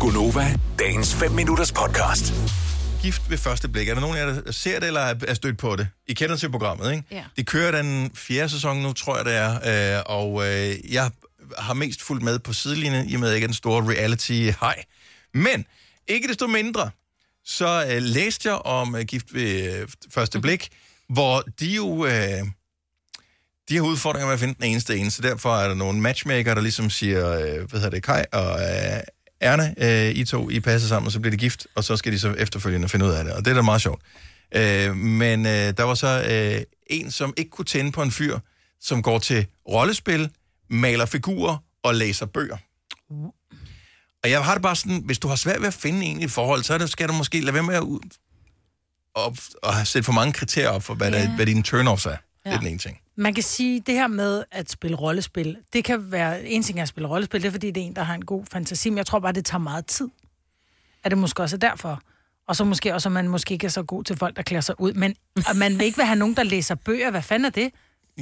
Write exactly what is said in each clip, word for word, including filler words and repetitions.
Gonova, dagens fem minutters podcast. Gift ved første blik. Er der nogen af jer, der ser det, eller er stødt på det? I kender til programmet, ikke? Ja. De kører den fjerde sæson nu, tror jeg det er, øh, og øh, jeg har mest fulgt med på sidelinjen, i og med at jeg ikke er den store reality-hej. Men ikke desto mindre, så øh, læste jeg om øh, Gift ved øh, første blik, hvor de jo... Øh, de har udfordringer med at finde den eneste ene, så derfor er der nogle matchmaker, der ligesom siger, øh, hvad hedder det, Kai og øh, Erna, øh, I to, I passer sammen, og så bliver de gift, og så skal de så efterfølgende finde ud af det, og det er da meget sjovt. Øh, men øh, der var så øh, en, som ikke kunne tænde på en fyr, som går til rollespil, maler figurer og læser bøger. Og jeg har det bare sådan, hvis du har svært ved at finde en i et forhold, så skal du måske lade være med at ud og, og sætte for mange kriterier op for, hvad, ja. der, hvad dine turn-offs er. Ja. Det er den ene ting. Man kan sige, det her med at spille rollespil, det kan være, en ting er at spille rollespil, det er fordi, det er en, der har en god fantasi, men jeg tror bare, det tager meget tid. Er det måske også derfor? Og så måske også, at man måske ikke er så god til folk, der klæder sig ud, men at man vil ikke vil have nogen, der læser bøger. Hvad fanden er det?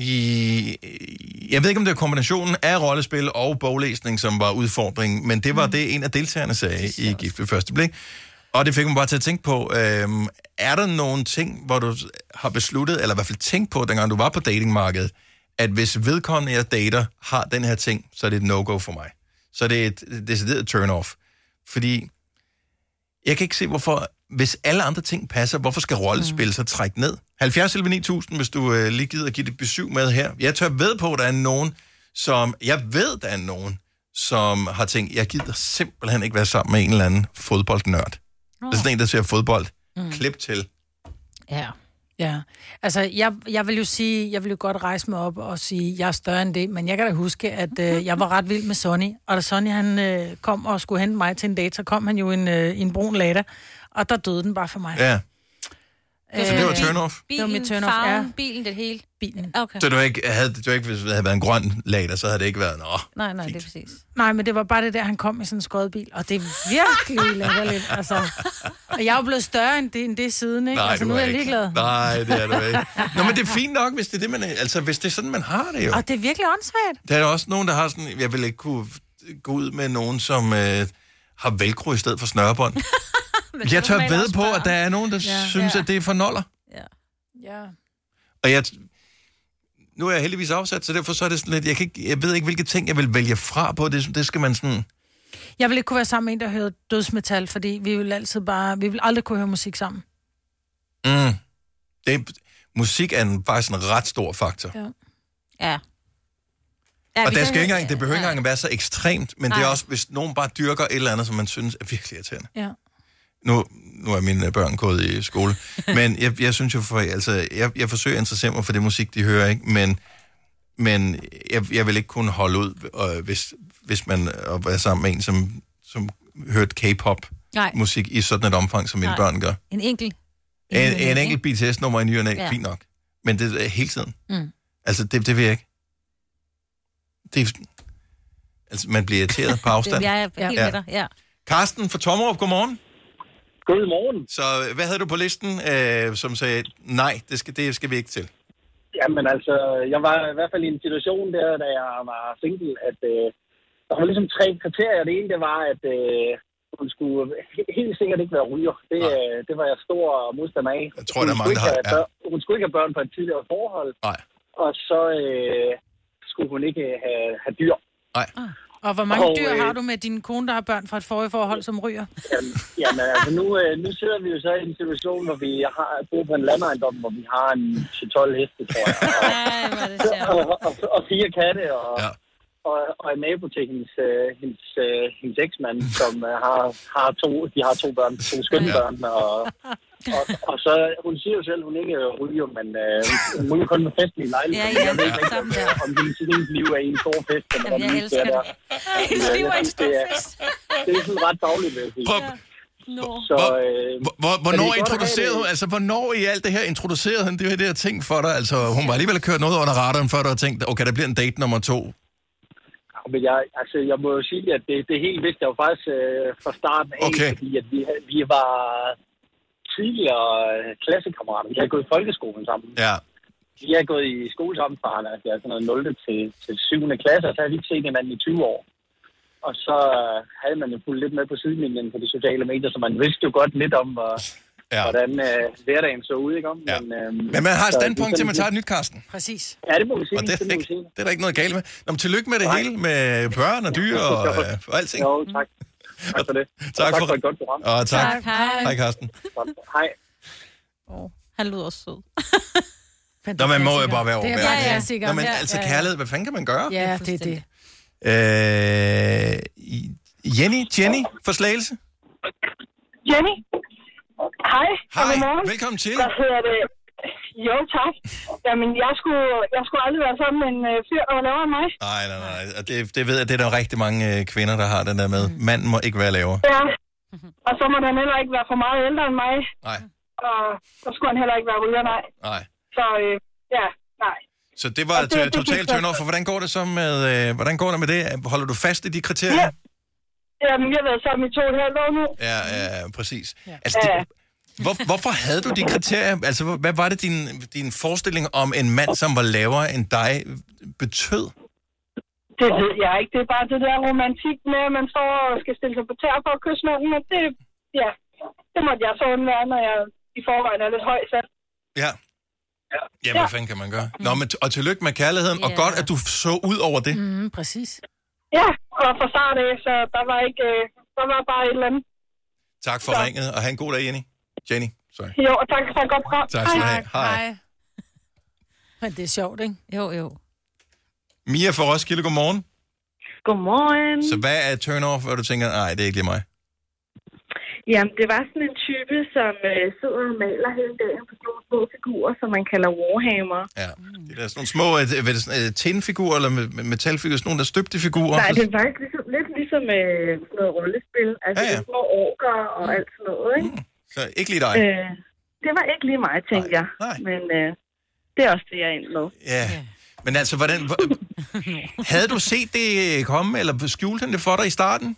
I, jeg ved ikke, om det er kombinationen af rollespil og boglæsning, som var udfordringen, men det var mm. det, en af deltagerne sagde i Gift ved første blik. Og det fik man bare til at tænke på, øhm, er der nogle ting, hvor du har besluttet, eller i hvert fald tænkt på, dengang du var på datingmarkedet, at hvis vedkommende, jeg dater, har den her ting, så er det et no-go for mig. Så er det et decideret turn-off. Fordi jeg kan ikke se, hvorfor, hvis alle andre ting passer, hvorfor skal rollespil så trække ned? halvfjerds elleve ni tusind, hvis du øh, lige gider at give det besøg med her. Jeg tør ved på, at der er nogen, som... Jeg ved, der er nogen, som har tænkt, jeg gider simpelthen ikke være sammen med en eller anden fodboldnørd. Oh. Det er sådan en, der ser fodbold. Mm. Klip til. Ja, ja. Altså, jeg, jeg vil jo sige, jeg vil jo godt rejse mig op og sige, jeg er større end det, men jeg kan da huske, at øh, jeg var ret vild med Sonny, og da Sonny, han øh, kom og skulle hente mig til en date, så kom han jo i en, øh, en brun Lada, og der døde den bare for mig. Ja. Øh, så det var turn-off? Bilen, det var mit turn-off, ja. Bilen, det hele. Bilen. Okay. Så du ikke, havde, du ikke, hvis det havde været en grøn Lada, så havde det ikke været, nå. Nej, nej, fint. det er præcis. Nej, men det var bare det der, han kom i sådan en skåret bil, og det er virkelig latterligt, altså. Og jeg er jo blevet større end det, end det siden, ikke? Nej, altså, du nu er jeg ikke. ligeglad. Nej, det er du ikke. Nå, men det er fint nok, hvis det er det, man er, altså, hvis det er sådan, man har det jo. Og det er virkelig åndssvagt. Der er også nogen, der har sådan, jeg vil ikke kunne gå ud med nogen, som øh, har velcro i stedet for snørebånd. Jeg tør ved på, at der er nogen, der ja, synes, ja. at det er for noller. Ja. Ja. Og jeg, nu er jeg heldigvis afsat, så derfor så er det sådan lidt, jeg, kan ikke, jeg ved ikke, hvilke ting, jeg vil vælge fra på. Det, det skal man sådan... Jeg vil ikke kunne være sammen med en, der hører dødsmetal, fordi vi vil altid bare, vi vil aldrig kunne høre musik sammen. Mm. Det, musik er en, faktisk en ret stor faktor. Ja. Ja. Ja, og der skal ikke engang, det behøver ikke engang at være så ekstremt, men Nej. det er også, hvis nogen bare dyrker et eller andet, som man synes er virkelig irriterende. Ja. Nu, nu er mine børn gået i skole, men jeg, jeg synes jo, for, altså, jeg, jeg forsøger at interessere mig for det musik, de hører, ikke? Men, men jeg, jeg vil ikke kunne holde ud, øh, hvis, hvis man er sammen med en, som, som hørte K-pop-musik i sådan et omfang, som mine Nej. børn gør. En enkelt. En, en, en enkelt B T S-nummer i ny og næ, ja. Fint nok. Men det er hele tiden. Mm. Altså, det, det vil jeg ikke. Det er, altså, man bliver irriteret på afstand. Det er jeg helt ja. med dig, ja. Karsten fra Tommerup, godmorgen. Godmorgen. Så hvad havde du på listen, øh, som sagde, nej, det skal, det skal vi ikke til? Jamen altså, jeg var i hvert fald i en situation der, da jeg var single, at øh, der var ligesom tre kriterier. Det ene, det var, at øh, hun skulle helt sikkert ikke være ryger. Det, øh, det var jeg stor modstander af. Jeg tror, der er mange, der har... Ja. Børn, hun skulle ikke have børn på et tidligere forhold. Nej. Og så øh, skulle hun ikke have, have dyr. Nej. Ah. Og hvor mange og, dyr øh, har du med din kone, der har børn fra et forrige forhold, som ryger? Jamen, jamen altså, nu, øh, nu sidder vi jo så i en situation, hvor vi har boet på en landejendom, hvor vi har en til tolv heste, tror jeg. Og, og, og, og fire katte, og, ja. og, og en nabo til hendes, øh, hendes, øh, hendes eksmand, som øh, har, har to, de har to børn, to skønne børn, og, og, og så, hun siger jo selv, hun ikke ryger, men øh, hun må jo kun med festlige lejlighed. Ja, ja, jeg ved ikke, om, om hendes, hendes liv er en stor fest, eller om hendes liv er hendes liv er en stor fest. Det er sådan ret dagligt, vil jeg sige. Prøv. No. Så, øh, hvor, hvornår introducerede hun, altså hvornår i alt det her introducerede hun det her, det her ting for dig? Altså hun var alligevel kørt noget under radaren, før du havde tænkt, okay, der bliver en date nummer to. Men jeg, altså, jeg må jo sige, at det, det helt vidste jeg jo faktisk øh, fra starten af, okay. fordi at vi, vi var tidligere klassekammerater. Vi har gået i folkeskolen sammen. Ja. Vi har gået i skole sammen fra altså, sådan noget nul til, til syvende klasse, og så har vi ikke set hinanden i tyve år. og så havde man jo fulgt lidt med på sidelinjen på de sociale medier, så man vidste jo godt lidt om, hvor, ja. hvordan øh, hverdagen så ud, ikke om? Ja. Men, øhm, Men man har et standpunkt til, at man tager et nyt, Karsten. Præcis. Ja, det må vi sige. Og det er, det, ikke, det er der ikke noget galt med. Nå, men tillykke med det Nej. hele, med børn og dyr og, øh, og alting. Jo, tak. Tak for det. tak, tak for, for et godt program. Og tak. tak. Hej. Hej, Karsten. Hej. Oh, han lyder også sød. Nå, man må jo bare være Det er overværende. bare klassiker. Nå, men Ja, altså ja, ja. kærlighed, hvad fanden kan man gøre? Ja, det er det. Øh, Jenny, Jenny for Slagelse. Jenny? Hej. Hej, Godmorgen. velkommen til. Hvad hedder det? Jo, tak. Jamen, jeg skulle, jeg skulle aldrig være sammen med en øh, fyr, der var lavere end mig. Nej, nej, nej. Og det, det ved jeg, det er der rigtig mange øh, kvinder, der har den der med. Manden må ikke være lavere. Ja. Og så må han heller ikke være for meget ældre end mig. Nej. Og så skulle han heller ikke være ryger, nej. Nej. Så øh, ja, nej. Så det var Og det- det totalt gik så- turn off. For hvordan går det så med, øh, hvordan går det med det? Holder du fast i de kriterier? Ja. Jamen, jeg har været sammen i to og et halvt år nu. Ja, ja, præcis. Ja. Altså, det, Ja. hvor, hvorfor havde du de kriterier? Altså, hvor- hvad var det, din, din forestilling om en mand, som var lavere end dig, betød? Det ved jeg ikke. Det er bare det der romantik med, at man står og skal stille sig på tær for at kysse nogen. Og det, ja, det måtte jeg så undvære, når jeg i forvejen er lidt høj sat. Ja. Ja, hvad fanden kan man gøre? Nå, men t- og tillykke med kærligheden, og Ja. godt, at du så ud over det. Mm, præcis. Ja, og fra start af, så der var ikke, øh, der var bare et eller andet. Tak for Ja. ringet, og have en god dag, Jenny. Jenny, sorry. Jo, og tak for et godt program. Tak skal du have. Hej. Hej. Men det er sjovt, ikke? Jo, jo. Mia fra Roskilde, godmorgen. Godmorgen. Så hvad er turn off, hvor du tænker, nej, det er ikke lige mig? Jamen, det var sådan en type, som øh, sidder og maler hele dagen på nogle små figurer, som man kalder Warhammer. Ja. Det er sådan nogle små øh, øh, tindfigurer, eller med- med- metalfigurer, sådan nogle der støbte figurer. Nej, det var faktisk ligesom, lidt ligesom øh, sådan noget rollespil. Altså, Ja, ja. ja, ja. små orker og mm. alt sådan noget, ikke? Mm. Så ikke lige dig. Øh, det var ikke lige mig, tænkte Nej, jeg. nej. Men øh, det er også det, jeg er ind med. Ja. Men altså, hvordan... hvor- havde du set det komme, eller skjulte han det for dig i starten?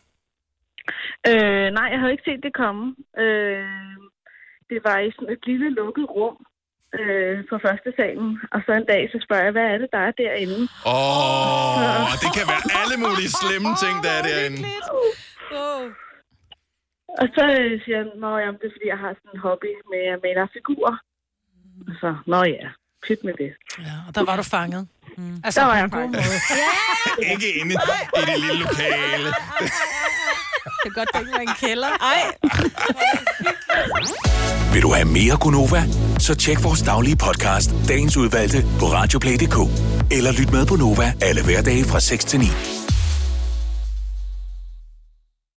Øh, nej, jeg havde ikke set det komme. Øh, det var i sådan et lille lukket rum øh, på første salen. Og så en dag, så spørger jeg, hvad er det, der er derinde? Åh, oh, det kan være alle mulige slemme ting, der er derinde. Oh. Og så øh, siger han, nå jamen, det er fordi, jeg har sådan en hobby med at male figurer. Og så, nå ja, pyt med det. Ja, og der var du fanget. Mm. Altså, Der var på jeg en god fanget. måde. Ikke inde i det lille lokale. Det er godt, det ikke var en kælder. Ej. Vil du have mere Gunova? Så tjek vores daglige podcast, dagens udvalgte, på radioplay punktum d k. Eller lyt med på Nova alle hverdage fra seks til ni.